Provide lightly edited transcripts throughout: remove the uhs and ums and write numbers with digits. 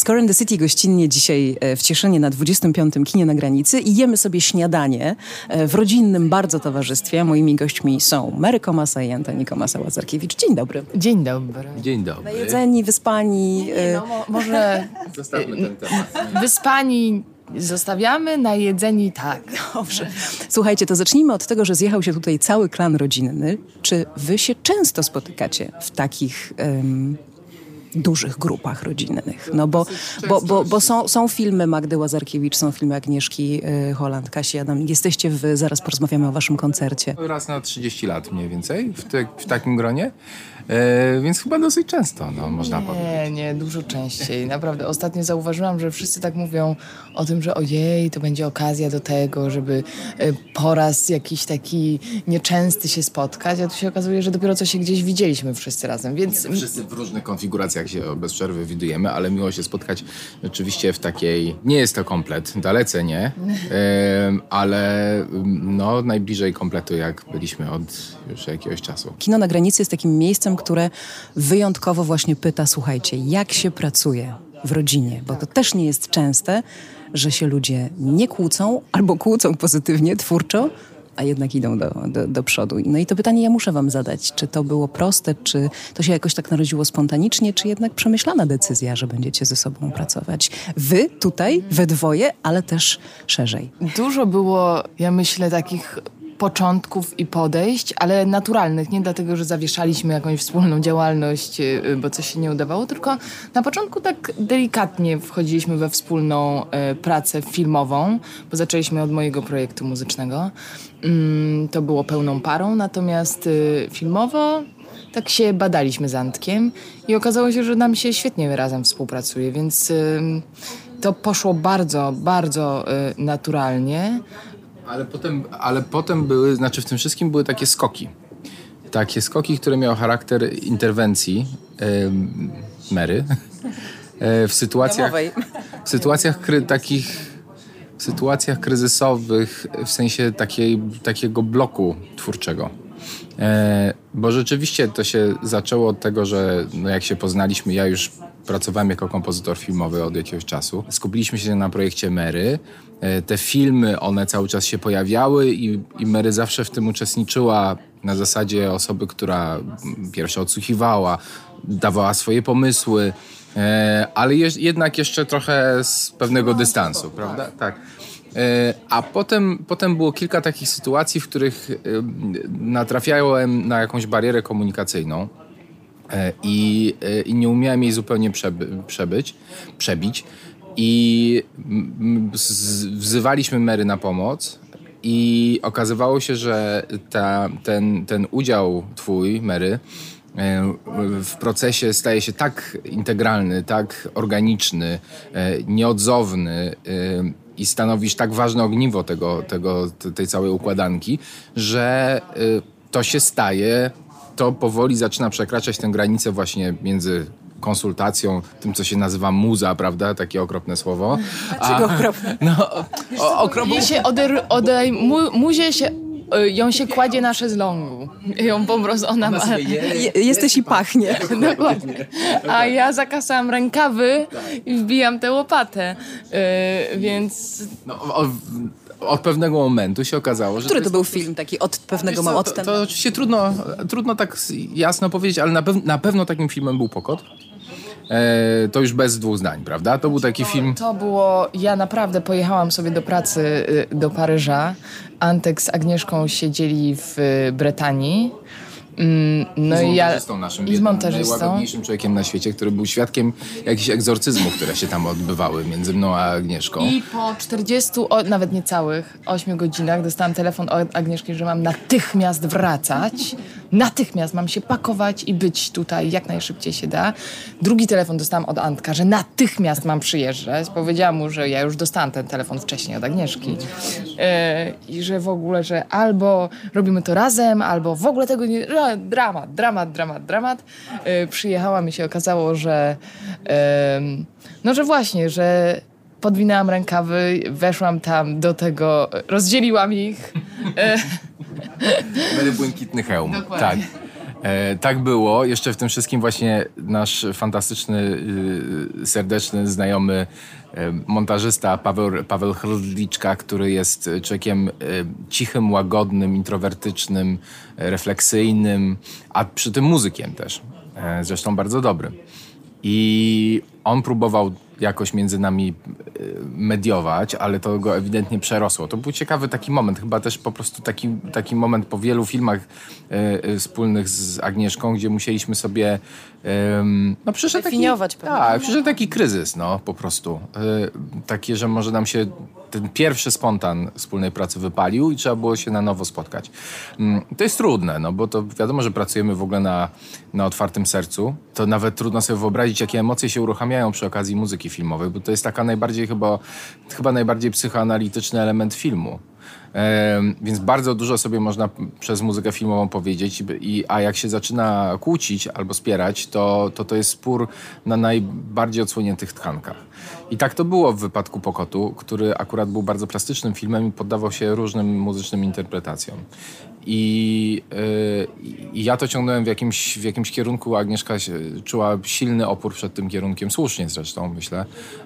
Score and the City gościnnie dzisiaj w Cieszynie na 25. Kinie na Granicy i jemy sobie śniadanie w rodzinnym bardzo towarzystwie. Moimi gośćmi są Mary Komasa i Antoni Komasa-Łazarkiewicz. Dzień dobry. Dzień dobry. Dzień dobry. Najedzeni, wyspani. Może Zostawmy ten temat. wyspani zostawiamy, najedzeni tak. Dobrze. Słuchajcie, to zacznijmy od tego, że zjechał się tutaj cały klan rodzinny. Czy wy się często spotykacie w takich dużych grupach rodzinnych? No bo są filmy Magdy Łazarkiewicz, są filmy Agnieszki Holland, Kasi Adam. Jesteście zaraz porozmawiamy o waszym koncercie. Raz na 30 lat mniej więcej w takim gronie. Więc chyba dosyć często, można powiedzieć. Nie, dużo częściej. Naprawdę. Ostatnio zauważyłam, że wszyscy tak mówią o tym, że ojej, to będzie okazja do tego, żeby po raz jakiś taki nieczęsty się spotkać, a tu się okazuje, że dopiero co się gdzieś widzieliśmy wszyscy razem, więc... Wszyscy w różnych konfiguracjach się bez przerwy widujemy, ale miło się spotkać oczywiście w takiej... Nie jest to komplet, dalece nie, ale najbliżej kompletu, jak byliśmy od już jakiegoś czasu. Kino na Granicy jest takim miejscem, które wyjątkowo właśnie pyta, słuchajcie, jak się pracuje w rodzinie, bo to też nie jest częste, że się ludzie nie kłócą albo kłócą pozytywnie, twórczo, a jednak idą do przodu. No i to pytanie ja muszę wam zadać. Czy to było proste, czy to się jakoś tak narodziło spontanicznie, czy jednak przemyślana decyzja, że będziecie ze sobą pracować? Wy tutaj, we dwoje, ale też szerzej. Dużo było, ja myślę, takich początków i podejść, ale naturalnych, nie dlatego, że zawieszaliśmy jakąś wspólną działalność, bo coś się nie udawało, tylko na początku tak delikatnie wchodziliśmy we wspólną pracę filmową, bo zaczęliśmy od mojego projektu muzycznego. To było pełną parą, natomiast filmowo tak się badaliśmy z Antkiem i okazało się, że nam się świetnie razem współpracuje, więc to poszło bardzo, bardzo naturalnie. Ale potem były, w tym wszystkim były takie skoki. Takie skoki, które miały charakter interwencji Mary w sytuacjach kryzysowych, w sensie takiego bloku twórczego. Bo rzeczywiście to się zaczęło od tego, że jak się poznaliśmy, ja już pracowałem jako kompozytor filmowy od jakiegoś czasu. Skupiliśmy się na projekcie Mary. Te filmy, one cały czas się pojawiały i Mary zawsze w tym uczestniczyła na zasadzie osoby, która pierwsza odsłuchiwała, dawała swoje pomysły, ale jednak jeszcze trochę z pewnego dystansu, prawda? Tak. A potem było kilka takich sytuacji, w których natrafiałem na jakąś barierę komunikacyjną i nie umiałem jej zupełnie przebić i wzywaliśmy Mary na pomoc i okazywało się, że ten udział twój, Mary, w procesie staje się tak integralny, tak organiczny, nieodzowny i stanowisz tak ważne ogniwo tej całej układanki, że to się staje, to powoli zaczyna przekraczać tę granicę właśnie między konsultacją, tym, co się nazywa muza, prawda? Takie okropne słowo. Dlaczego okropne? Okropne. Muzie się... Ją się kładzie na szezlongu. Ją po prostu ona ma... Jesteś i pachnie. Dokładnie. A ja zakasałam rękawy i wbijam tę łopatę. Więc... Od pewnego momentu się okazało, że... Który to był film taki od pewnego momentu? To oczywiście trudno tak jasno powiedzieć, ale na pewno takim filmem był Pokot. To już bez dwóch zdań, prawda? To był taki film... To było... Ja naprawdę pojechałam sobie do pracy do Paryża. Antek z Agnieszką siedzieli w Brytanii. No i ja z montażystą, najłagodniejszym człowiekiem na świecie, który był świadkiem jakichś egzorcyzmów, które się tam odbywały między mną a Agnieszką. I po 40, nawet niecałych 8 godzinach dostałam telefon od Agnieszki, że mam natychmiast wracać. Natychmiast mam się pakować i być tutaj jak najszybciej się da. Drugi telefon dostałam od Antka, że natychmiast mam przyjeżdżać. Powiedziałam mu, że ja już dostałam ten telefon wcześniej od Agnieszki. I że w ogóle, że albo robimy to razem, albo w ogóle tego nie... Dramat. Przyjechałam i się okazało, że że właśnie, że podwinęłam rękawy, weszłam tam do tego, rozdzieliłam ich. Mary Błękitny hełm. Dokładnie. Tak. Tak było. Jeszcze w tym wszystkim właśnie nasz fantastyczny, serdeczny znajomy montażysta Paweł Hrdliczka, który jest człowiekiem cichym, łagodnym, introwertycznym, refleksyjnym, a przy tym muzykiem też. Zresztą bardzo dobrym. I on próbował jakoś między nami mediować, ale to go ewidentnie przerosło. To był ciekawy taki moment, chyba też po prostu taki moment po wielu filmach wspólnych z Agnieszką, gdzie musieliśmy sobie przyszedł definiować taki, tak, przyszedł taki kryzys, po prostu. Takie, że może nam się ten pierwszy spontan wspólnej pracy wypalił i trzeba było się na nowo spotkać. To jest trudne, bo to wiadomo, że pracujemy w ogóle na otwartym sercu. To nawet trudno sobie wyobrazić, jakie emocje się uruchamiają przy okazji muzyki filmowej, bo to jest taka najbardziej chyba najbardziej psychoanalityczny element filmu. Więc bardzo dużo sobie można przez muzykę filmową powiedzieć, a jak się zaczyna kłócić albo spierać, to jest spór na najbardziej odsłoniętych tkankach. I tak to było w wypadku Pokotu, który akurat był bardzo plastycznym filmem i poddawał się różnym muzycznym interpretacjom. I ja to ciągnąłem w jakimś kierunku, Agnieszka czuła silny opór przed tym kierunkiem, słusznie zresztą, myślę.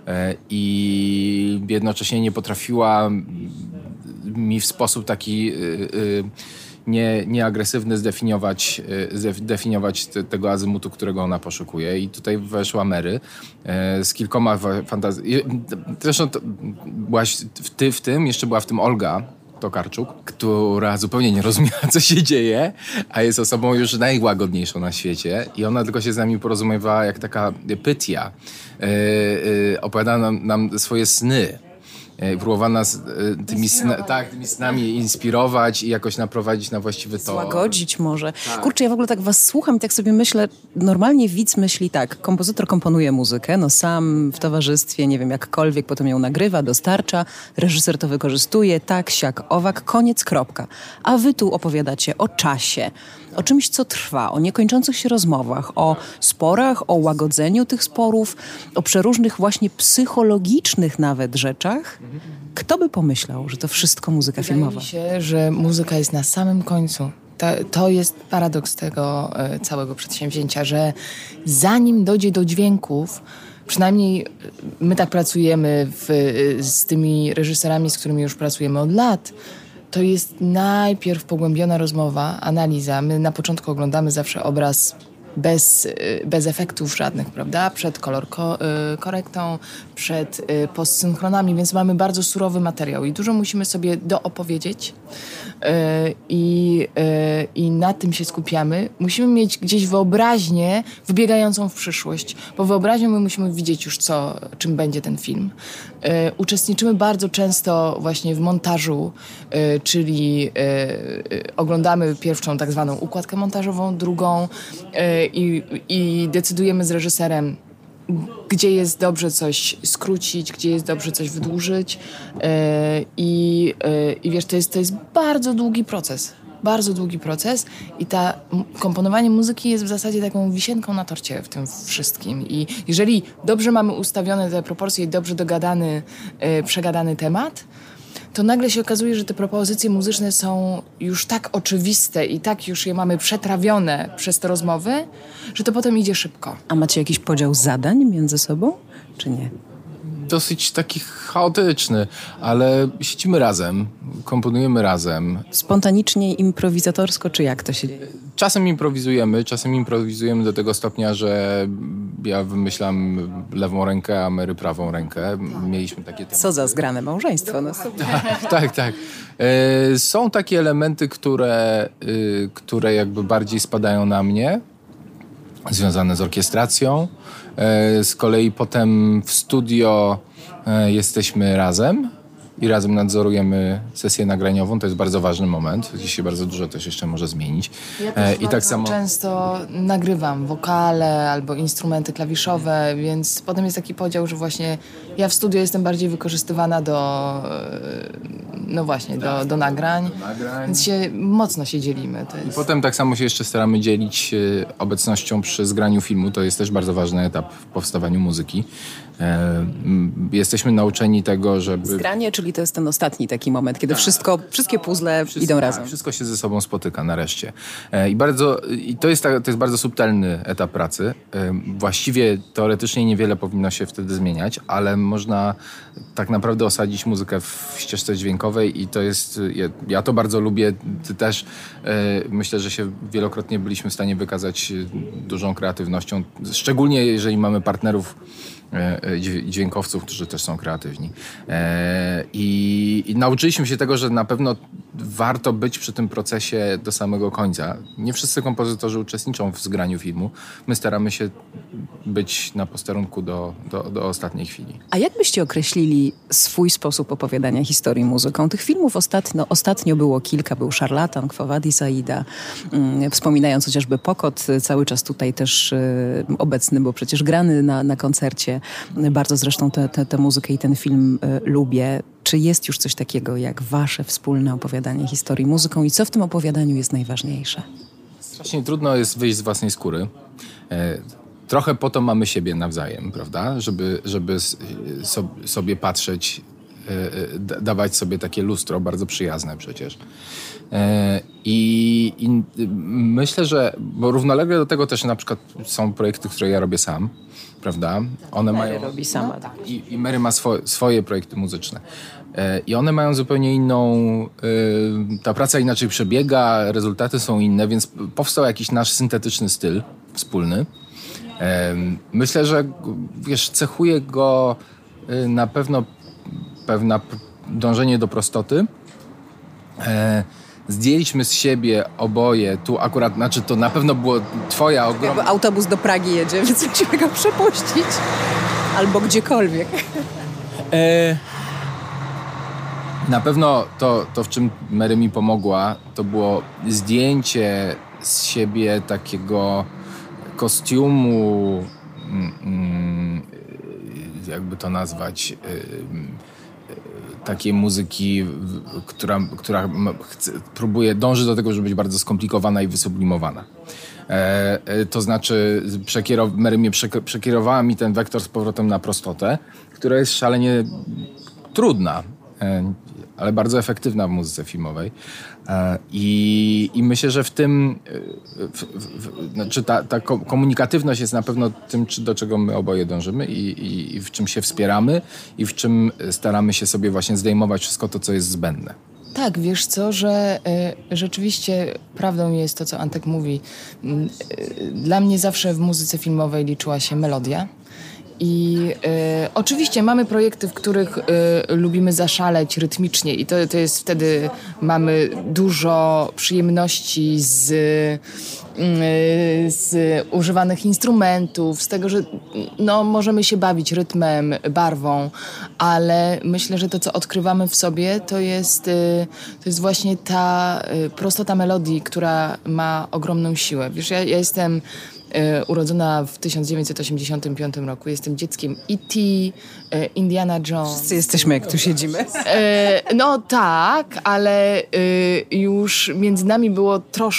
I jednocześnie nie potrafiła mi w sposób taki nieagresywny zdefiniować tego azymutu, którego ona poszukuje. I tutaj weszła Mary z kilkoma Zresztą byłaś w tym, jeszcze była w tym Olga Tokarczuk, która zupełnie nie rozumiała, co się dzieje, a jest osobą już najłagodniejszą na świecie i ona tylko się z nami porozumiewała jak taka Pytia. Opowiadała nam swoje sny. Próbowała nas tymi snami inspirować i jakoś naprowadzić na właściwy tor. Złagodzić może. Tak. Kurczę, ja w ogóle tak was słucham i tak sobie myślę, normalnie widz myśli tak, kompozytor komponuje muzykę, sam w towarzystwie, nie wiem, jakkolwiek, potem ją nagrywa, dostarcza, reżyser to wykorzystuje, tak, siak, owak, koniec, kropka. A wy tu opowiadacie o czasie, o czymś, co trwa, o niekończących się rozmowach, o sporach, o łagodzeniu tych sporów, o przeróżnych właśnie psychologicznych nawet rzeczach. Kto by pomyślał, że to wszystko muzyka filmowa? Wydaje mi się, że muzyka jest na samym końcu. To jest paradoks tego całego przedsięwzięcia, że zanim dojdzie do dźwięków, przynajmniej my tak pracujemy z tymi reżyserami, z którymi już pracujemy od lat, to jest najpierw pogłębiona rozmowa, analiza. My na początku oglądamy zawsze obraz bez efektów żadnych, prawda? Przed kolor korektą, przed postsynchronami, więc mamy bardzo surowy materiał i dużo musimy sobie doopowiedzieć i na tym się skupiamy. Musimy mieć gdzieś wyobraźnię wybiegającą w przyszłość, bo wyobraźnią my musimy widzieć już czym będzie ten film. Uczestniczymy bardzo często właśnie w montażu, czyli oglądamy pierwszą tak zwaną układkę montażową, drugą i decydujemy z reżyserem, gdzie jest dobrze coś skrócić, gdzie jest dobrze coś wydłużyć. I wiesz, to jest bardzo długi proces. Bardzo długi proces i komponowanie muzyki jest w zasadzie taką wisienką na torcie w tym wszystkim. I jeżeli dobrze mamy ustawione te proporcje i dobrze przegadany temat, to nagle się okazuje, że te propozycje muzyczne są już tak oczywiste i tak już je mamy przetrawione przez te rozmowy, że to potem idzie szybko. A macie jakiś podział zadań między sobą, czy nie? Dosyć taki chaotyczny, ale siedzimy razem, komponujemy razem. Spontanicznie, improwizatorsko, czy jak to się dzieje? Czasem improwizujemy do tego stopnia, że ja wymyślam lewą rękę, a Mary prawą rękę. Mieliśmy takie tematy. Co za zgrane małżeństwo. Tak. Są takie elementy, które jakby bardziej spadają na mnie, związane z orkiestracją. Z kolei potem w studio jesteśmy razem i razem nadzorujemy sesję nagraniową. To jest bardzo ważny moment, gdzie się bardzo dużo też jeszcze może zmienić. Ja też tak samo często nagrywam wokale albo instrumenty klawiszowe, więc potem jest taki podział, że właśnie ja w studio jestem bardziej wykorzystywana no właśnie, do nagrań. Więc mocno się dzielimy. To jest... I potem tak samo się jeszcze staramy dzielić obecnością przy zgraniu filmu. To jest też bardzo ważny etap w powstawaniu muzyki. Jesteśmy nauczeni tego, żeby... Zgranie, czyli to jest ten ostatni taki moment, kiedy wszystkie puzzle idą razem. Wszystko się ze sobą spotyka nareszcie. I to jest bardzo subtelny etap pracy. Właściwie teoretycznie niewiele powinno się wtedy zmieniać, ale można tak naprawdę osadzić muzykę w ścieżce dźwiękowej i to jest... Ja to bardzo lubię. Ty też. Myślę, że się wielokrotnie byliśmy w stanie wykazać dużą kreatywnością. Szczególnie jeżeli mamy partnerów dźwiękowców, którzy też są kreatywni. I nauczyliśmy się tego, że na pewno warto być przy tym procesie do samego końca. Nie wszyscy kompozytorzy uczestniczą w zgraniu filmu. My staramy się być na posterunku do ostatniej chwili. A jak byście określili swój sposób opowiadania historii muzyką? Tych filmów ostatnio było kilka. Był Szarlatan, Quo Vadis, Aida. Wspominając chociażby Pokot, cały czas tutaj też obecny, bo przecież grany na koncercie. Bardzo zresztą tę muzykę i ten film lubię. Czy jest już coś takiego jak wasze wspólne opowiadanie historii muzyką i co w tym opowiadaniu jest najważniejsze? Strasznie trudno jest wyjść z własnej skóry. Trochę po to mamy siebie nawzajem, prawda? Żeby sobie patrzeć, dawać sobie takie lustro, bardzo przyjazne przecież. I myślę, że, bo równolegle do tego też na przykład są projekty, które ja robię sam, prawda? One mają... robi sama. I Mary ma swoje projekty muzyczne. I one mają zupełnie inną... Ta praca inaczej przebiega, rezultaty są inne, więc powstał jakiś nasz syntetyczny styl wspólny. Myślę, że cechuje go na pewno pewne dążenie do prostoty. Zdjęliśmy z siebie oboje, tu akurat, to na pewno było twoja ogromna... Jakby autobus do Pragi jedzie, więc musimy go przepuścić. Albo gdziekolwiek. Na pewno to, w czym Mary mi pomogła, to było zdjęcie z siebie takiego kostiumu, jakby to nazwać, takiej muzyki, która dąży do tego, żeby być bardzo skomplikowana i wysublimowana. To znaczy Mary mnie przekierowała mi ten wektor z powrotem na prostotę, która jest szalenie trudna, ale bardzo efektywna w muzyce filmowej. I myślę, że w tym ta komunikatywność jest na pewno tym, do czego my oboje dążymy i w czym się wspieramy i w czym staramy się sobie właśnie zdejmować wszystko to, co jest zbędne. Tak, wiesz co, że rzeczywiście prawdą jest to, co Antek mówi. Dla mnie zawsze w muzyce filmowej liczyła się melodia. I oczywiście mamy projekty, w których lubimy zaszaleć rytmicznie i to jest wtedy mamy dużo przyjemności z używanych instrumentów, z tego, że możemy się bawić rytmem, barwą, ale myślę, że to, co odkrywamy w sobie, to jest właśnie ta prostota melodii, która ma ogromną siłę. Wiesz, ja jestem urodzona w 1985 roku. Jestem dzieckiem E.T., Indiana Jones. Wszyscy jesteśmy, jak tu siedzimy. No tak, ale już między nami było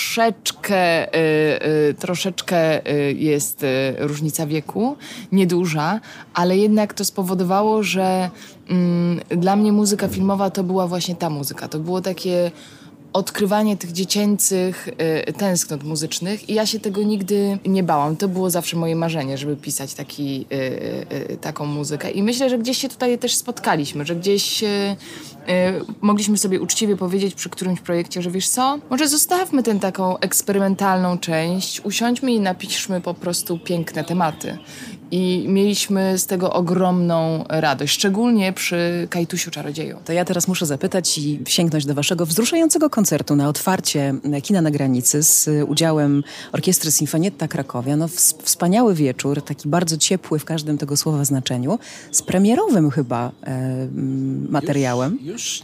troszeczkę jest różnica wieku, nieduża, ale jednak to spowodowało, że dla mnie muzyka filmowa to była właśnie ta muzyka. To było takie odkrywanie tych dziecięcych tęsknot muzycznych i ja się tego nigdy nie bałam. To było zawsze moje marzenie, żeby pisać taką muzykę. I myślę, że gdzieś się tutaj też spotkaliśmy, że gdzieś mogliśmy sobie uczciwie powiedzieć przy którymś projekcie, że wiesz co, może zostawmy tę taką eksperymentalną część, usiądźmy i napiszmy po prostu piękne tematy. I mieliśmy z tego ogromną radość, szczególnie przy Kajtusiu Czarodzieju. To ja teraz muszę zapytać i sięgnąć do waszego wzruszającego koncertu na otwarcie Kina na Granicy z udziałem Orkiestry Sinfonietta Krakowia. Wspaniały wieczór, taki bardzo ciepły w każdym tego słowa znaczeniu, z premierowym chyba materiałem.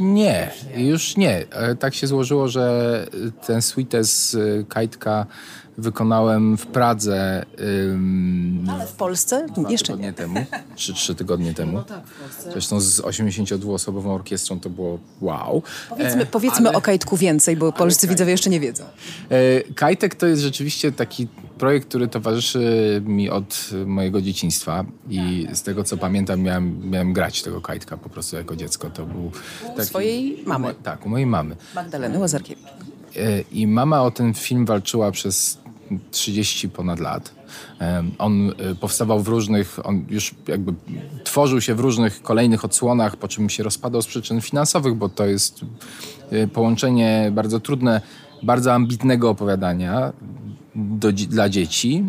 Już nie. Tak się złożyło, że ten suite z Kajtka wykonałem w Pradze Ale w Polsce? Jeszcze nie. temu, czy 3 tygodnie temu. Zresztą z 82-osobową orkiestrą to było wow. Powiedzmy o Kajtku więcej, bo polscy widzowie jeszcze nie wiedzą. Kajtek to jest rzeczywiście taki projekt, który towarzyszy mi od mojego dzieciństwa i z tego co pamiętam miałem grać tego Kajtka po prostu jako dziecko. To był taki... swojej mamy. Tak, u mojej mamy. Magdaleny Łazarkiewicz. I mama o ten film walczyła przez 30 ponad lat. On powstawał on już jakby tworzył się w różnych kolejnych odsłonach, po czym się rozpadał z przyczyn finansowych, bo to jest połączenie bardzo trudne, bardzo ambitnego opowiadania dla dzieci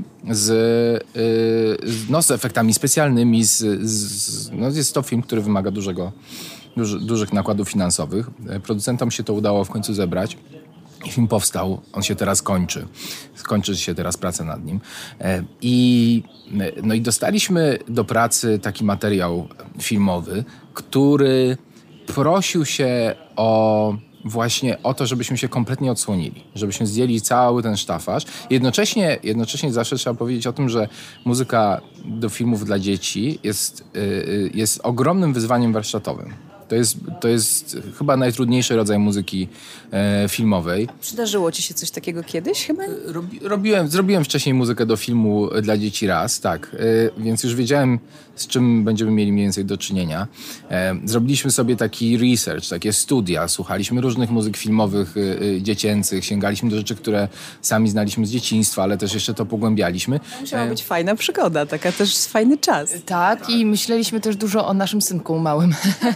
z efektami specjalnymi. Jest to film, który wymaga dużych nakładów finansowych. Producentom się to udało w końcu zebrać. I film powstał, on się teraz kończy. Skończy się teraz praca nad nim. I dostaliśmy do pracy taki materiał filmowy, który prosił się właśnie o to, żebyśmy się kompletnie odsłonili, żebyśmy zdjęli cały ten sztafaż. Jednocześnie zawsze trzeba powiedzieć o tym, że muzyka do filmów dla dzieci jest ogromnym wyzwaniem warsztatowym. To jest chyba najtrudniejszy rodzaj muzyki filmowej. Przydarzyło ci się coś takiego kiedyś chyba? Zrobiłem wcześniej muzykę do filmu dla dzieci raz, tak. Więc już wiedziałem, z czym będziemy mieli mniej więcej do czynienia. Zrobiliśmy sobie taki research, takie studia. Słuchaliśmy różnych muzyk filmowych dziecięcych, sięgaliśmy do rzeczy, które sami znaliśmy z dzieciństwa, ale też jeszcze to pogłębialiśmy. Musiała być fajna przygoda, taka też fajny czas. Tak, i myśleliśmy też dużo o naszym synku małym.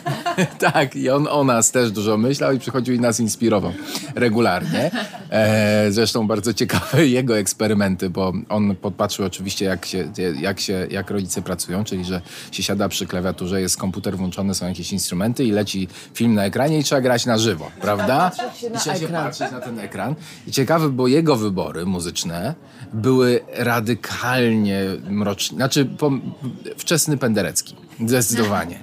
Tak, i on o nas też dużo myślał i przychodził i nas inspirował regularnie. Zresztą bardzo ciekawe jego eksperymenty, bo on podpatrzył oczywiście jak rodzice pracują, czyli że się siada przy klawiaturze, jest komputer włączony, są jakieś instrumenty i leci film na ekranie i trzeba grać na żywo, prawda? I trzeba się patrzeć na ten ekran. I ciekawe, bo jego wybory muzyczne były radykalnie mroczne, znaczy wczesny Penderecki, zdecydowanie.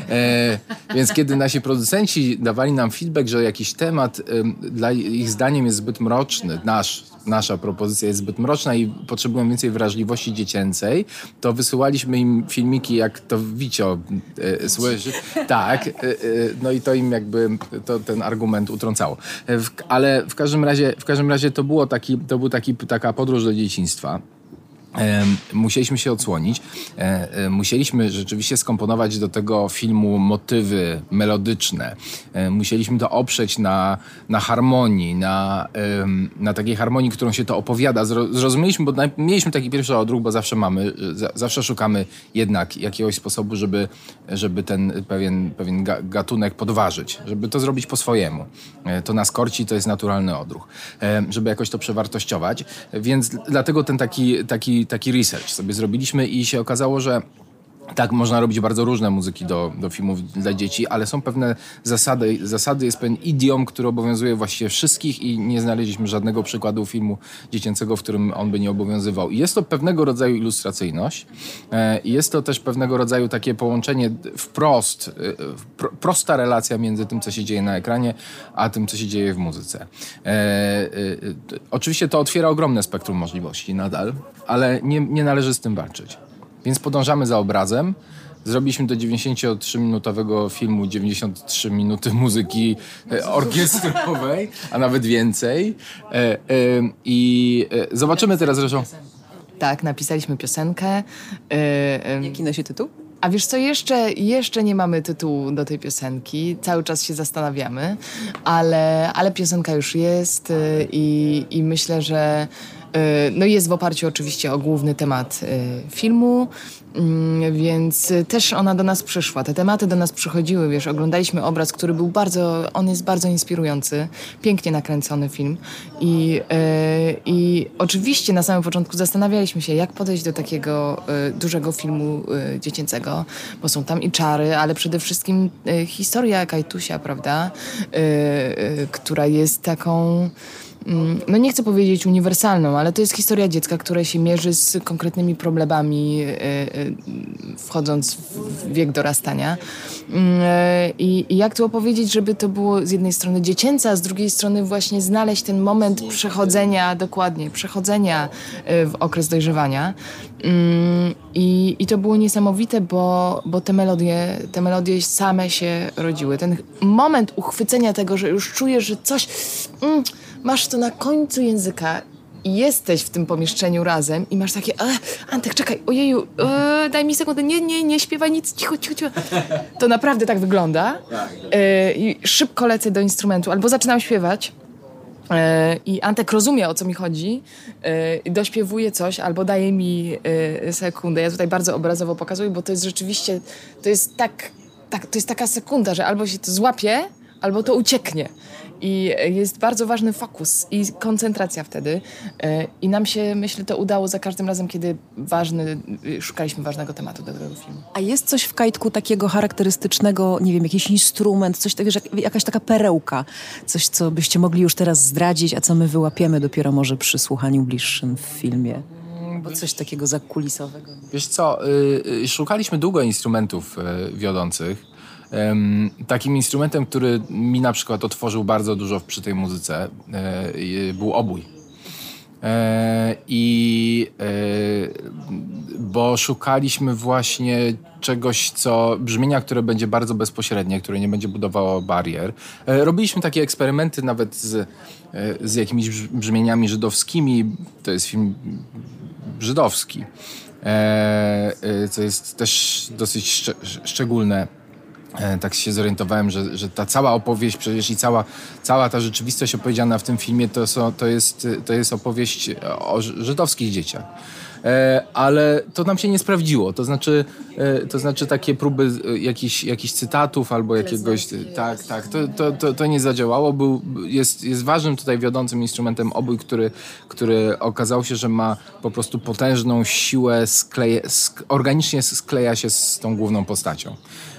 Więc kiedy nasi producenci dawali nam feedback, że jakiś temat dla ich zdaniem jest zbyt mroczny, nasza propozycja jest zbyt mroczna i potrzebują więcej wrażliwości dziecięcej, to wysyłaliśmy im filmiki, jak to Wicio słyszy. Tak, no i to im jakby ten argument utrącało. Ale w każdym razie to był taka podróż do dzieciństwa. Musieliśmy się odsłonić. Musieliśmy rzeczywiście skomponować do tego filmu motywy melodyczne. Musieliśmy to oprzeć na harmonii, na takiej harmonii, którą się to opowiada. Zrozumieliśmy, bo mieliśmy taki pierwszy odruch, bo zawsze szukamy jednak jakiegoś sposobu, żeby ten pewien gatunek podważyć, żeby to zrobić po swojemu. To nas korci, to jest naturalny odruch. Żeby jakoś to przewartościować. Więc dlatego ten taki research sobie zrobiliśmy i się okazało, że tak, można robić bardzo różne muzyki do filmów dla dzieci, ale są pewne zasady, jest pewien idiom, który obowiązuje właściwie wszystkich i nie znaleźliśmy żadnego przykładu filmu dziecięcego, w którym on by nie obowiązywał. I jest to pewnego rodzaju ilustracyjność i jest to też pewnego rodzaju takie połączenie prosta relacja między tym, co się dzieje na ekranie, a tym, co się dzieje w muzyce. Oczywiście to otwiera ogromne spektrum możliwości nadal, ale nie należy z tym walczyć. Więc podążamy za obrazem. Zrobiliśmy do 93-minutowego filmu 93 minuty muzyki orkiestrowej, a nawet więcej. I zobaczymy teraz zresztą... Tak, napisaliśmy piosenkę. Jaki nosi tytuł? A wiesz co, jeszcze nie mamy tytułu do tej piosenki. Cały czas się zastanawiamy, ale piosenka już jest i myślę, że no jest w oparciu oczywiście o główny temat filmu, więc też ona do nas przyszła. Te tematy do nas przychodziły, wiesz, oglądaliśmy obraz, który był on jest bardzo inspirujący, pięknie nakręcony film i oczywiście na samym początku zastanawialiśmy się, jak podejść do takiego dużego filmu dziecięcego, bo są tam i czary, ale przede wszystkim historia Kajtusia, prawda, która jest taką no nie chcę powiedzieć uniwersalną, ale to jest historia dziecka, które się mierzy z konkretnymi problemami, wchodząc w wiek dorastania. I jak to opowiedzieć, żeby to było z jednej strony dziecięce, a z drugiej strony właśnie znaleźć ten moment przechodzenia w okres dojrzewania. I to było niesamowite, bo te melodie same się rodziły. Ten moment uchwycenia tego, że już czujesz, że coś masz to na końcu języka i jesteś w tym pomieszczeniu razem i masz takie, Antek, czekaj, ojeju, daj mi sekundę, nie śpiewaj nic, cicho. To naprawdę tak wygląda. I szybko lecę do instrumentu, albo zaczynam śpiewać i Antek rozumie, o co mi chodzi, dośpiewuje coś, albo daje mi sekundę. Ja tutaj bardzo obrazowo pokazuję, bo to jest rzeczywiście, to jest taka sekunda, że albo się to złapie, albo to ucieknie. I jest bardzo ważny fokus i koncentracja wtedy. I nam się, myślę, to udało za każdym razem, kiedy szukaliśmy ważnego tematu do tego filmu. A jest coś w Kajtku takiego charakterystycznego, nie wiem, jakiś instrument, coś takiego, jakaś taka perełka, coś, co byście mogli już teraz zdradzić, a co my wyłapiemy dopiero może przy słuchaniu bliższym w filmie? Bo coś takiego zakulisowego. Wiesz co, szukaliśmy długo instrumentów wiodących. Takim instrumentem, który mi na przykład otworzył bardzo dużo przy tej muzyce, był obój. Bo szukaliśmy właśnie czegoś, brzmienia, które będzie bardzo bezpośrednie, które nie będzie budowało barier. Robiliśmy takie eksperymenty nawet z jakimiś brzmieniami żydowskimi. To jest film żydowski, co jest też dosyć szczególne. Tak się zorientowałem, że ta cała opowieść przecież i cała ta rzeczywistość opowiedziana w tym filmie to jest opowieść o żydowskich dzieciach. Ale to nam się nie sprawdziło. To znaczy takie próby jakichś cytatów albo jakiegoś... Tak. To nie zadziałało. Jest ważnym tutaj wiodącym instrumentem obój, który okazało się, że ma po prostu potężną siłę, organicznie skleja się z tą główną postacią.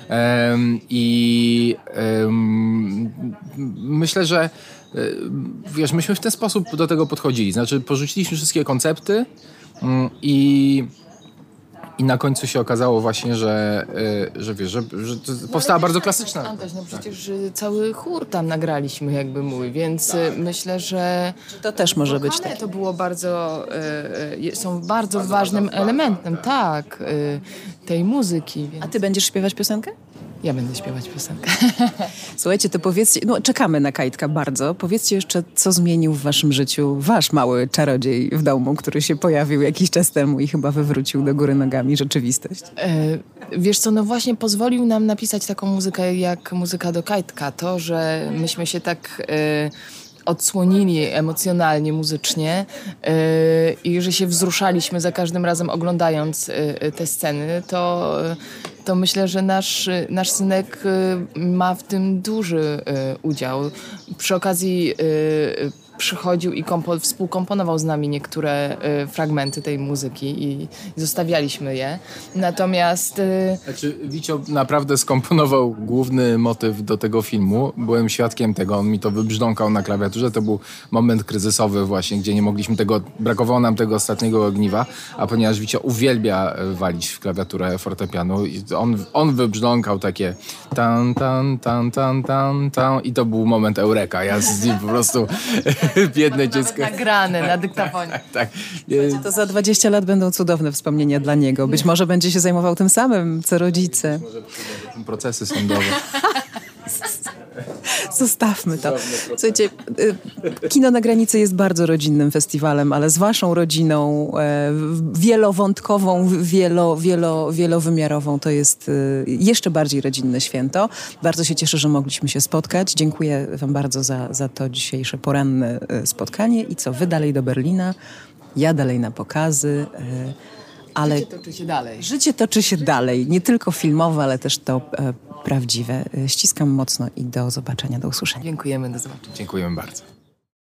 Myślę, że wiesz, myśmy w ten sposób do tego podchodzili. Znaczy porzuciliśmy wszystkie koncepty i na końcu się okazało właśnie, że wiesz, że to powstała bardzo klasyczna. Antoś, przecież cały chór tam nagraliśmy, jakby mój, więc myślę, że to też może być tak. To było bardzo, są bardzo ważnym elementem, tej muzyki. Więc... A ty będziesz śpiewać piosenkę? Ja będę śpiewać piosenkę. Słuchajcie, to powiedzcie, czekamy na Kajtka bardzo. Powiedzcie jeszcze, co zmienił w waszym życiu wasz mały czarodziej w domu, który się pojawił jakiś czas temu i chyba wywrócił do góry nogami rzeczywistość. Wiesz co, właśnie pozwolił nam napisać taką muzykę jak muzyka do Kajtka. To, że myśmy się tak... odsłonili emocjonalnie, muzycznie i że się wzruszaliśmy za każdym razem oglądając te sceny, to myślę, że nasz synek ma w tym duży udział. Przy okazji przychodził i współkomponował z nami niektóre fragmenty tej muzyki i zostawialiśmy je. Natomiast... Wicio naprawdę skomponował główny motyw do tego filmu. Byłem świadkiem tego, on mi to wybrzdąkał na klawiaturze. To był moment kryzysowy właśnie, gdzie nie mogliśmy brakowało nam tego ostatniego ogniwa, a ponieważ Wicio uwielbia walić w klawiaturę fortepianu, i on wybrzdąkał takie tan, tan, tan, tan, tan, tan i to był moment eureka. Ja z nim po prostu... Biedne dziecko. Nagrane na dyktafonie. Tak. To za 20 lat będą cudowne wspomnienia dla niego. Być może będzie się zajmował tym samym, co rodzice. Może procesy sądowe. Zostawmy to. Słuchajcie, Kino na granicy jest bardzo rodzinnym festiwalem, ale z waszą rodziną wielowątkową, wielowymiarową to jest jeszcze bardziej rodzinne święto. Bardzo się cieszę, że mogliśmy się spotkać. Dziękuję wam bardzo za to dzisiejsze poranne spotkanie. I co, wy dalej do Berlina, ja dalej na pokazy. Ale życie toczy się dalej. Życie toczy się dalej. Nie tylko filmowe, ale też to prawdziwe. Ściskam mocno i do zobaczenia, do usłyszenia. Dziękujemy, do zobaczenia. Dziękujemy bardzo.